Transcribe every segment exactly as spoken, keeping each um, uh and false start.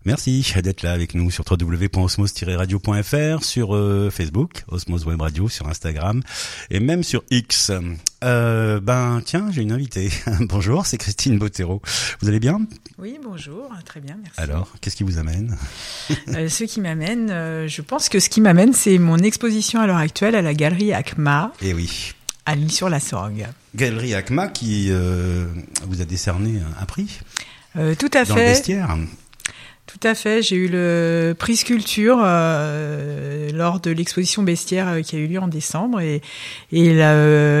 Merci d'être là avec nous sur w w w point osmose tiret radio point f r, sur euh, Facebook, Osmose Web Radio, sur Instagram et même sur X. Euh, ben tiens, j'ai une invitée. Bonjour, c'est Christine Bottero. Vous allez bien ? Oui, bonjour, très bien, merci. Alors, qu'est-ce qui vous amène ? euh, Ce qui m'amène, euh, je pense que ce qui m'amène, c'est mon exposition à l'heure actuelle à la galerie A C M A. Eh oui. À l'Isle-sur-la-Sorgue. Galerie A C M A qui euh, vous a décerné un prix. Euh, tout à dans fait. Dans le Bestiaire. Tout à fait. J'ai eu le prix Sculpture euh, lors de l'exposition Bestiaire euh, qui a eu lieu en décembre et, et la,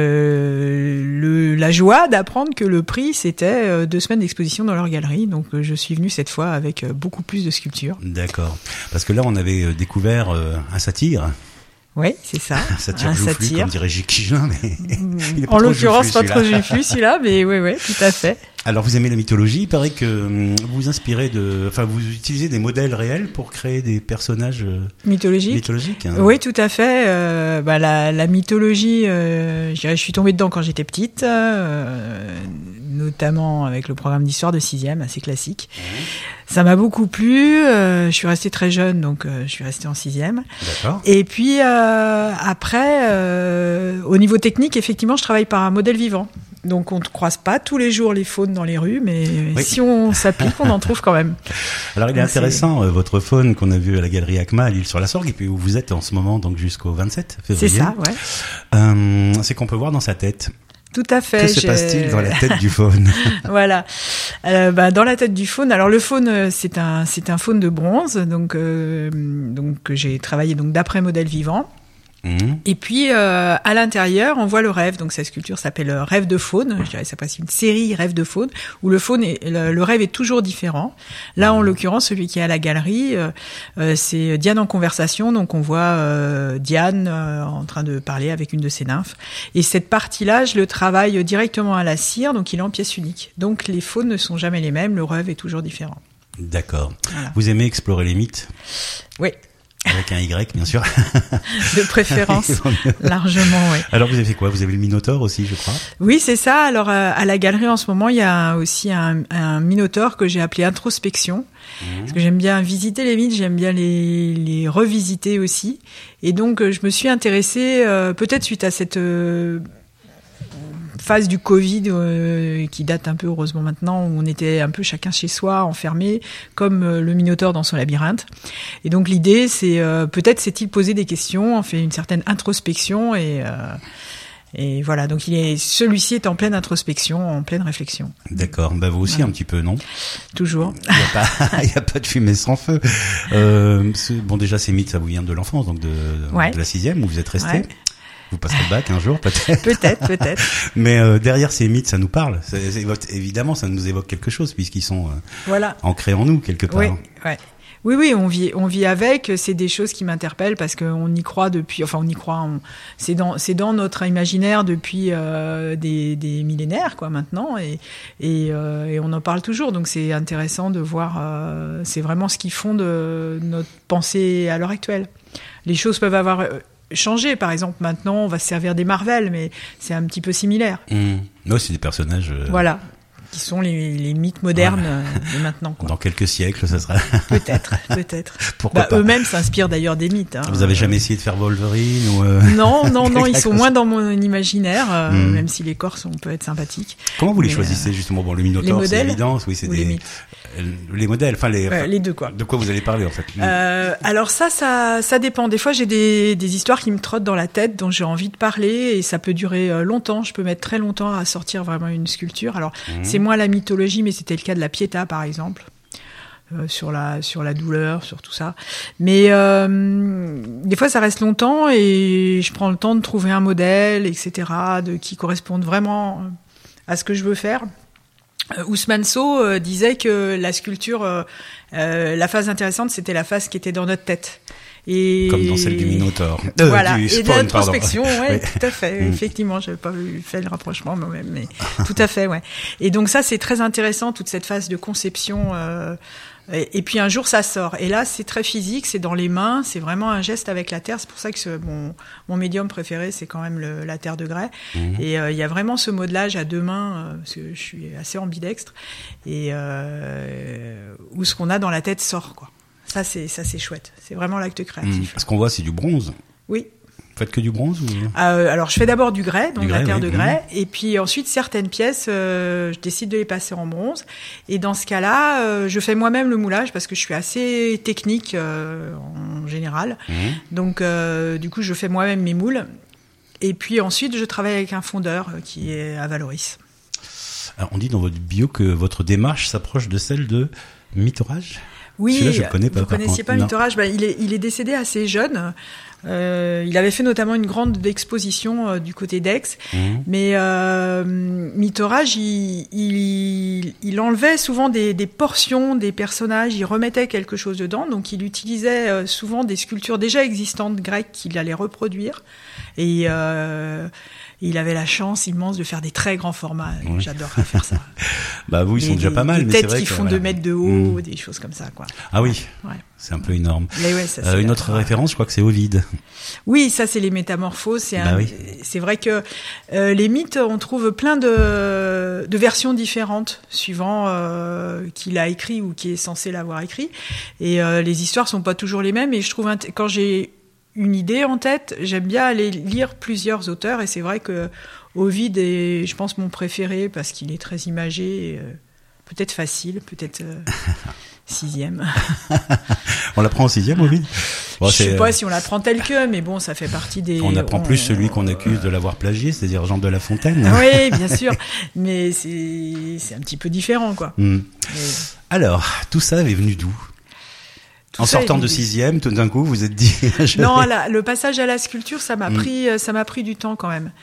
euh, le, la joie d'apprendre que le prix c'était euh, deux semaines d'exposition dans leur galerie. Donc euh, je suis venue cette fois avec euh, beaucoup plus de sculptures. D'accord. Parce que là on avait découvert euh, un satyre. Oui, c'est ça. Un satyre joufflu, comme dirait J. Kijin, mais il est pas en trop l'occurrence, joufflu, pas trop joufflu celui-là, mais oui, oui, tout à fait. Alors, vous aimez la mythologie. Il paraît que vous vous inspirez de, enfin, vous utilisez des modèles réels pour créer des personnages mythologiques. Mythologiques. Hein. Oui, tout à fait. Euh, bah, la, la mythologie, euh, je dirais, je suis tombée dedans quand j'étais petite, euh, notamment avec le programme d'histoire de sixième, assez classique. Mmh. Ça m'a beaucoup plu. Euh, je suis restée très jeune, donc euh, je suis restée en sixième. D'accord. Et puis euh, après, euh, au niveau technique, effectivement, je travaille par un modèle vivant. Donc on ne croise pas tous les jours les faunes dans les rues, mais oui. Si on s'applique, on en trouve quand même. Alors il est donc, intéressant, euh, votre faune qu'on a vu à la galerie A C M A à l'Isle-sur-la-Sorgue, et puis où vous êtes en ce moment, donc jusqu'au vingt-sept février. C'est ça, ouais. Euh, c'est qu'on peut voir dans sa tête. Tout à fait. Que se passe-t-il dans la tête du faune ? Voilà. Euh, bah, dans la tête du faune. Alors le faune, c'est un c'est un faune de bronze, donc euh, donc que j'ai travaillé donc d'après modèle vivant. Mmh. Et puis euh, à l'intérieur, on voit le rêve. Donc cette sculpture s'appelle Rêve de faune. Je dirais ça passe une série Rêve de faune où le faune est, le, le rêve est toujours différent. Là, en l'occurrence, celui qui est à la galerie, euh, euh, c'est Diane en conversation. Donc on voit euh, Diane euh, en train de parler avec une de ses nymphes. Et cette partie-là, je le travaille directement à la cire. Donc il est en pièce unique. Donc les faunes ne sont jamais les mêmes. Le rêve est toujours différent. D'accord. Voilà. Vous aimez explorer les mythes ? Oui. Avec un Y, bien sûr. De préférence, largement, oui. Alors, vous avez fait quoi ? Vous avez le Minotaure aussi, je crois ? Oui, c'est ça. Alors, euh, à la galerie, en ce moment, il y a aussi un, un Minotaure que j'ai appelé Introspection. Mmh. Parce que j'aime bien visiter les mythes, j'aime bien les, les revisiter aussi. Et donc, je me suis intéressée, euh, peut-être suite à cette... Euh, phase du Covid euh, qui date un peu heureusement maintenant où on était un peu chacun chez soi enfermé comme euh, le Minotaure dans son labyrinthe et donc l'idée c'est euh, peut-être s'est-il posé des questions, on fait une certaine introspection et euh, et voilà donc il est celui-ci est en pleine introspection, en pleine réflexion. D'accord, bah vous aussi voilà. Un petit peu non ? Toujours. Il n'y a pas il y a pas de fumée sans feu. Euh, bon déjà ces mythes ça vous vient de l'enfance donc de, ouais. de la sixième où vous êtes resté. Ouais. Vous passerez le bac un jour, peut-être. Peut-être, peut-être. Mais euh, derrière ces mythes, ça nous parle. C'est, c'est, évidemment, ça nous évoque quelque chose puisqu'ils sont euh, voilà. ancrés en nous quelque part. Oui, ouais. oui, oui, on vit, on vit avec. C'est des choses qui m'interpellent parce qu'on y croit depuis. Enfin, on y croit. On, c'est dans, c'est dans notre imaginaire depuis euh, des, des millénaires, quoi, maintenant, et et, euh, et on en parle toujours. Donc, c'est intéressant de voir. Euh, c'est vraiment ce qui fonde notre pensée à l'heure actuelle. Les choses peuvent avoir. Euh, changer, par exemple, maintenant on va se servir des Marvel, mais c'est un petit peu similaire. Mmh. Oui, c'est des personnages. Euh... Voilà, qui sont les, les mythes modernes ouais. de maintenant. Quoi. Dans quelques siècles, ça sera. Peut-être, peut-être. Pourquoi bah, pas. Eux-mêmes s'inspirent d'ailleurs des mythes. Hein. Vous avez jamais essayé de faire Wolverine ou euh... Non, non, non, ils sont moins dans mon imaginaire, euh, mmh. même si les corps sont peut être sympathiques. Comment vous les mais, choisissez justement ? Bon, le Minotaure, c'est évident, oui, c'est ou des. Les mythes. Les modèles, enfin les, euh, les deux quoi. De quoi vous allez parler en fait euh, Alors ça, ça, ça dépend. Des fois, j'ai des, des histoires qui me trottent dans la tête, dont j'ai envie de parler, et ça peut durer longtemps. Je peux mettre très longtemps à sortir vraiment une sculpture. Alors mmh. c'est moins la mythologie, mais c'était le cas de la Pietà par exemple, euh, sur la sur la douleur, sur tout ça. Mais euh, des fois, ça reste longtemps, et je prends le temps de trouver un modèle, et cetera, de qui corresponde vraiment à ce que je veux faire. Ousmane Sow euh, disait que la sculpture, euh, euh, la phase intéressante, c'était la phase qui était dans notre tête. Et comme dans celle du Minotaure. Euh, voilà, du et Spawn, de l'introspection, ouais, ouais, tout à fait. Mm. Effectivement, j'avais pas vu, fait le rapprochement moi-même, mais tout à fait, ouais. Et donc ça, c'est très intéressant, toute cette phase de conception. Euh, Et, et puis un jour ça sort. Et là c'est très physique, c'est dans les mains, c'est vraiment un geste avec la terre. C'est pour ça que ce, mon, mon médium préféré c'est quand même le, la terre de grès. Mmh. Et il euh, y a vraiment ce modelage à deux mains, euh, parce que je suis assez ambidextre, et euh, où ce qu'on a dans la tête sort, quoi. Ça c'est ça c'est chouette. C'est vraiment l'acte créatif. Mmh. Ce qu'on voit c'est du bronze. Oui. Vous faites que du bronze ou... euh, Alors, je fais d'abord du grès, donc du grès, la terre oui. de grès, mmh. et puis ensuite, certaines pièces, euh, je décide de les passer en bronze. Et dans ce cas-là, euh, je fais moi-même le moulage, parce que je suis assez technique euh, en général. Mmh. Donc, euh, du coup, je fais moi-même mes moules. Et puis ensuite, je travaille avec un fondeur euh, qui est à Valoris. Alors, on dit dans votre bio que votre démarche s'approche de celle de Mitterrage. Oui, celui-là, je le connais pas, vous ne connaissiez pas Mitterage, bah, il, est, il est décédé assez jeune. Euh, il avait fait notamment une grande exposition euh, du côté d'Aix, mmh. mais euh, Mitterage, il, il, il enlevait souvent des, des portions des personnages, il remettait quelque chose dedans, donc il utilisait euh, souvent des sculptures déjà existantes grecques qu'il allait reproduire, et euh, il avait la chance immense de faire des très grands formats. Oui. J'adorerais faire ça. Bah vous, ils sont des, déjà pas mal, des mais têtes c'est vrai qui que, font voilà. deux mètres de haut, mmh. des choses comme ça, quoi. Ah oui. Ouais. C'est un peu énorme. Mais ouais, ça, euh, une autre référence, je crois que c'est Ovide. Oui, ça c'est les métamorphoses. C'est, bah un, oui. c'est vrai que euh, les mythes, on trouve plein de, de versions différentes suivant euh, qui l'a écrit ou qui est censé l'avoir écrit. Et euh, les histoires sont pas toujours les mêmes. Et je trouve int- quand j'ai une idée en tête, j'aime bien aller lire plusieurs auteurs. Et c'est vrai que Ovide est, je pense, mon préféré parce qu'il est très imagé, et, euh, peut-être facile, peut-être euh, sixième. On l'apprend en sixième, Ovide ? Bon, je sais pas euh... si on l'apprend tel que, mais bon, ça fait partie des... On apprend on... plus celui qu'on accuse de l'avoir plagié, c'est-à-dire Jean de La Fontaine. Oui, bien sûr, mais c'est, c'est un petit peu différent, quoi. Mm. Mais... Alors, tout ça est venu d'où ? Tout en sortant de sixième, tout d'un coup, vous êtes dit... je... Non, la, le passage à la sculpture, ça m'a, mm. pris, ça m'a pris du temps quand même.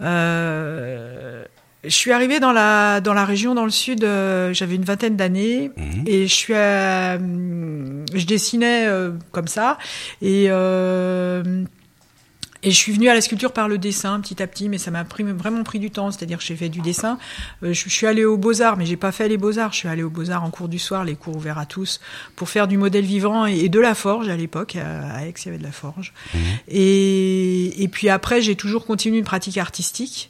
Euh... Je suis arrivée dans la dans la région dans le sud, euh, j'avais une vingtaine d'années mmh. et je suis à, je dessinais euh, comme ça et euh, et je suis venue à la sculpture par le dessin petit à petit, mais ça m'a pris, vraiment pris du temps, c'est-à-dire que j'ai fait du dessin. Euh, je, je suis allée aux Beaux-Arts, mais j'ai pas fait les Beaux-Arts, je suis allée aux Beaux-Arts en cours du soir, les cours ouverts à tous, pour faire du modèle vivant et, et de la forge à l'époque, à, à Aix il y avait de la forge. Mmh. Et, et puis après j'ai toujours continué une pratique artistique.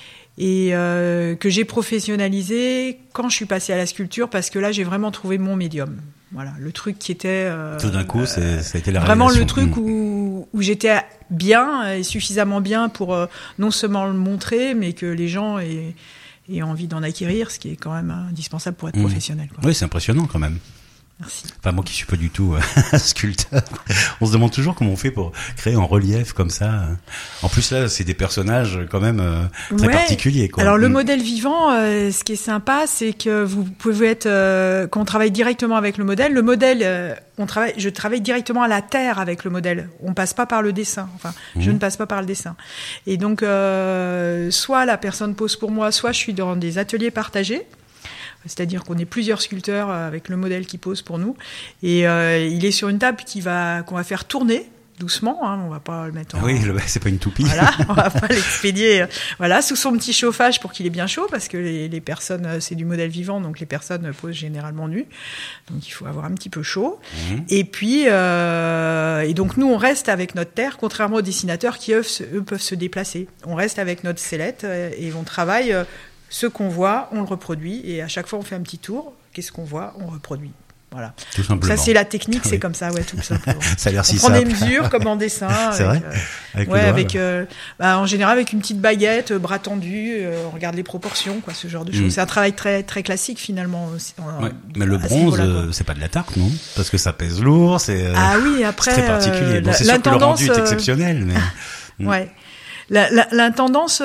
Et euh, que j'ai professionnalisé quand je suis passée à la sculpture, parce que là j'ai vraiment trouvé mon médium. Voilà, le truc qui était euh, tout d'un coup, euh, c'est, ça a été la vraiment révélation. le truc où où j'étais bien et suffisamment bien pour euh, non seulement le montrer, mais que les gens aient, aient envie d'en acquérir, ce qui est quand même indispensable pour être mmh. professionnel, quoi. Oui, c'est impressionnant quand même. Merci. Enfin, moi qui suis pas du tout euh, sculpteur, on se demande toujours comment on fait pour créer en relief comme ça. En plus là, c'est des personnages quand même euh, très ouais. particuliers, quoi. Alors le mmh. modèle vivant, euh, ce qui est sympa, c'est que vous pouvez être, euh, qu'on travaille directement avec le modèle. Le modèle, euh, on travaille, je travaille directement à la terre avec le modèle. On passe pas par le dessin. Enfin, mmh. je ne passe pas par le dessin. Et donc, euh, soit la personne pose pour moi, soit je suis dans des ateliers partagés. C'est-à-dire qu'on est plusieurs sculpteurs avec le modèle qui pose pour nous. Et euh, il est sur une table qui va, qu'on va faire tourner doucement. Hein, on va pas le mettre en... Oui, le, c'est pas une toupie. Voilà, on va pas l'expédier voilà, sous son petit chauffage pour qu'il ait bien chaud, parce que les, les personnes, c'est du modèle vivant, donc les personnes posent généralement nues. Donc il faut avoir un petit peu chaud. Mmh. Et puis, euh, et donc nous, on reste avec notre terre, contrairement aux dessinateurs qui, eux, eux peuvent se déplacer. On reste avec notre sellette et on travaille... Ce qu'on voit, on le reproduit, et à chaque fois on fait un petit tour. Qu'est-ce qu'on voit, on reproduit. Voilà. Tout simplement. Ça c'est la technique, oui. C'est comme ça, ouais, tout simplement. Ça a l'air si on prend simple. des mesures comme en dessin. C'est avec, vrai. Euh, avec ouais, le doigt, avec, ouais. euh, bah, en général avec une petite baguette, euh, bras tendu, euh, on regarde les proportions, quoi, ce genre de choses. Mm. C'est un travail très très classique finalement. Ouais. Mais le bronze, euh, c'est pas de la tarte, non ? Parce que ça pèse lourd, c'est. Euh, ah oui, après. C'est très particulier. Bon, c'est sûr que le rendu est exceptionnel, mais. Ouais. La, la, l'intendance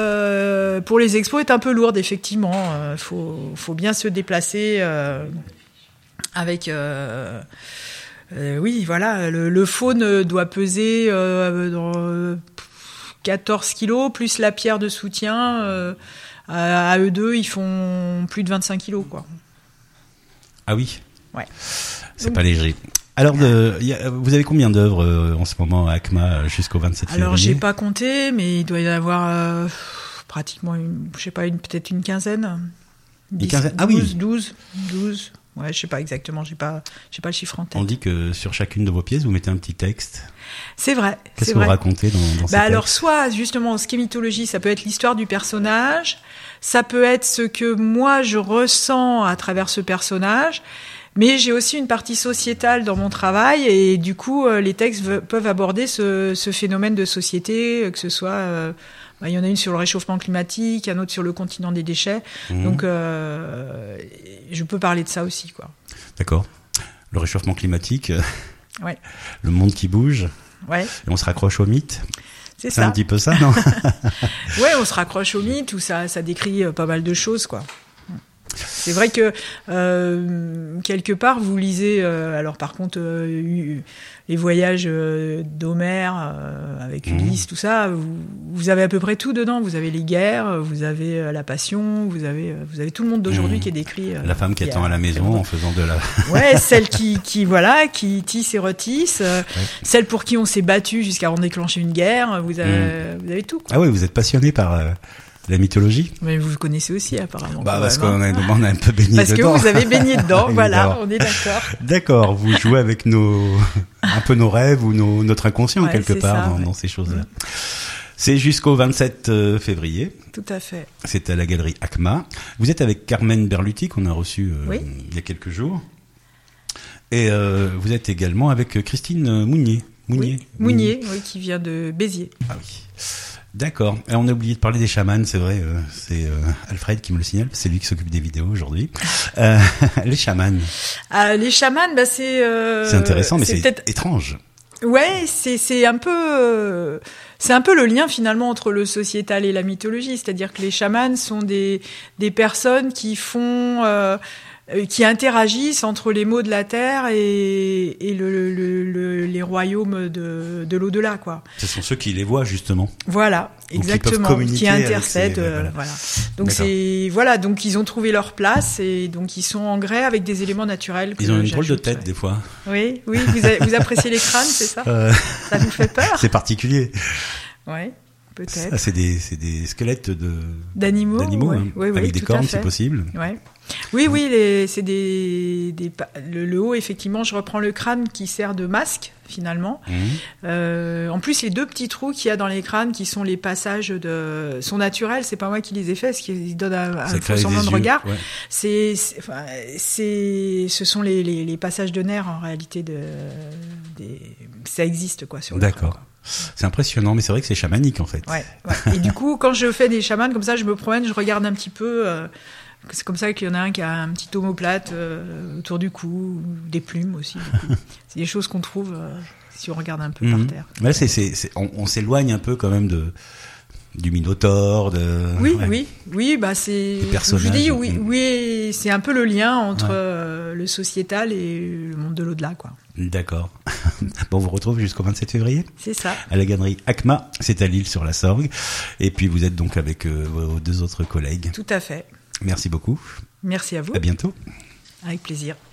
euh, pour les expos est un peu lourde, effectivement. Il euh, faut, faut bien se déplacer euh, avec... Euh, euh, oui, voilà, le, le faune doit peser euh, dans quatorze kilos, plus la pierre de soutien. Euh, à, à eux deux, ils font plus de vingt-cinq kilos, quoi. Ah oui ? Ouais. C'est Donc, pas léger. Alors, de, y a, vous avez combien d'œuvres euh, en ce moment à A C M A jusqu'au vingt-sept février ? Alors, j'ai pas compté, mais il doit y en avoir euh, pratiquement, une, je sais pas, une, peut-être une quinzaine. Une quinzaine ? Ah oui. douze, douze, douze. Ouais, je sais pas exactement, j'ai pas, j'ai pas le chiffre en tête. On dit que sur chacune de vos pièces, vous mettez un petit texte. C'est vrai. Qu'est-ce c'est que vrai. vous racontez dans, dans ces bah alors, textes ? soit justement, ce qui est mythologie, ça peut être l'histoire du personnage, ça peut être ce que moi je ressens à travers ce personnage. Mais j'ai aussi une partie sociétale dans mon travail et du coup, euh, les textes v- peuvent aborder ce, ce phénomène de société, que ce soit, euh, bah, il y en a une sur le réchauffement climatique, un autre sur le continent des déchets. Mmh. Donc, euh, je peux parler de ça aussi, quoi. D'accord. Le réchauffement climatique, ouais. Le monde qui bouge, ouais. Et on se raccroche au mythe. C'est, C'est ça. un petit peu ça, non ? Ouais, on se raccroche au mythe où ça, ça décrit pas mal de choses, quoi. C'est vrai que euh, quelque part vous lisez, euh, alors par contre euh, les voyages euh, d'Homère euh, avec Ulysse, mmh. tout ça, vous, vous avez à peu près tout dedans. Vous avez les guerres, vous avez euh, la passion, vous avez euh, vous avez tout le monde d'aujourd'hui mmh. qui est décrit. Euh, la femme qui, qui attend a, à la maison en faisant de la. Ouais, celle qui qui voilà, qui tisse et retisse, euh, ouais. Celle pour qui on s'est battu jusqu'à en déclencher une guerre. Vous avez mmh. vous avez tout, quoi. Ah oui, vous êtes passionné par. Euh... La mythologie ? Mais vous connaissez aussi, apparemment. Bah, parce qu'on a, on a un peu baigné parce dedans. Parce que vous avez baigné dedans, voilà, on est d'accord. D'accord, vous jouez avec nos, un peu nos rêves ou nos, notre inconscient, ouais, quelque part, ça, dans, ouais. dans ces choses-là. Mmh. C'est jusqu'au vingt-sept février. Tout à fait. C'est à la galerie ACMA. Vous êtes avec Carmen Berluti, qu'on a reçu euh, oui. il y a quelques jours. Et euh, vous êtes également avec Christine Mounier. Mounier, oui. Mounier, oui, qui vient de Béziers. Ah oui. D'accord. Et on a oublié de parler des chamans, c'est vrai. Euh, c'est euh, Alfred qui me le signale. C'est lui qui s'occupe des vidéos aujourd'hui. Euh, les chamans. Ah, les chamans, bah c'est. Euh, c'est intéressant, mais c'est, c'est étrange. Ouais, c'est c'est un peu euh, c'est un peu le lien finalement entre le sociétal et la mythologie, c'est-à-dire que les chamans sont des des personnes qui font euh, qui interagissent entre les maux de la terre et, et le, le, le, les royaumes de, de l'au-delà, quoi. Ce sont ceux qui les voient, justement. Voilà, exactement. Qui, qui intercèdent, ces... euh, voilà. voilà. Donc D'accord. c'est, voilà, donc ils ont trouvé leur place et donc ils sont en grès avec des éléments naturels. Ils ont une drôle de tête, ouais. des fois. Oui, oui, vous, avez, vous appréciez les crânes, c'est ça? Euh... Ça vous fait peur? C'est particulier. Ouais. Peut-être. Ah, c'est des, c'est des squelettes de d'animaux, d'animaux ouais, hein, ouais, avec ouais, des cornes, c'est possible. Ouais. Oui, oui, les, c'est des, des le, le haut, effectivement. Je reprends le crâne qui sert de masque finalement. Mmh. Euh, en plus, les deux petits trous qu'il y a dans les crânes, qui sont les passages de, sont naturels. C'est pas moi qui les ai faits, ce qui donne un, un faux semblant de regard. Ouais. C'est, c'est, enfin, c'est, ce sont les, les, les passages de nerfs en réalité de, des, ça existe quoi sur le D'accord. crâne, quoi. C'est impressionnant, mais c'est vrai que c'est chamanique en fait. Ouais, ouais. Et du coup, quand je fais des chamans comme ça, je me promène, je regarde un petit peu. Euh, c'est comme ça qu'il y en a un qui a un petit omoplate euh, autour du cou, des plumes aussi. C'est des choses qu'on trouve euh, si on regarde un peu mmh. par terre. Ouais, c'est, c'est, c'est, on, on s'éloigne un peu quand même de du Minotaure, de. Oui, ouais. oui, oui, bah c'est. Je dis oui, mmh. oui, c'est un peu le lien entre ouais. euh, le sociétal et le monde de l'au-delà, quoi. D'accord. Bon, on vous retrouve jusqu'au vingt-sept février. C'est ça. À la galerie ACMA, c'est à Lille sur la Sorgue. Et puis vous êtes donc avec euh, vos deux autres collègues. Tout à fait. Merci beaucoup. Merci à vous. À bientôt. Avec plaisir.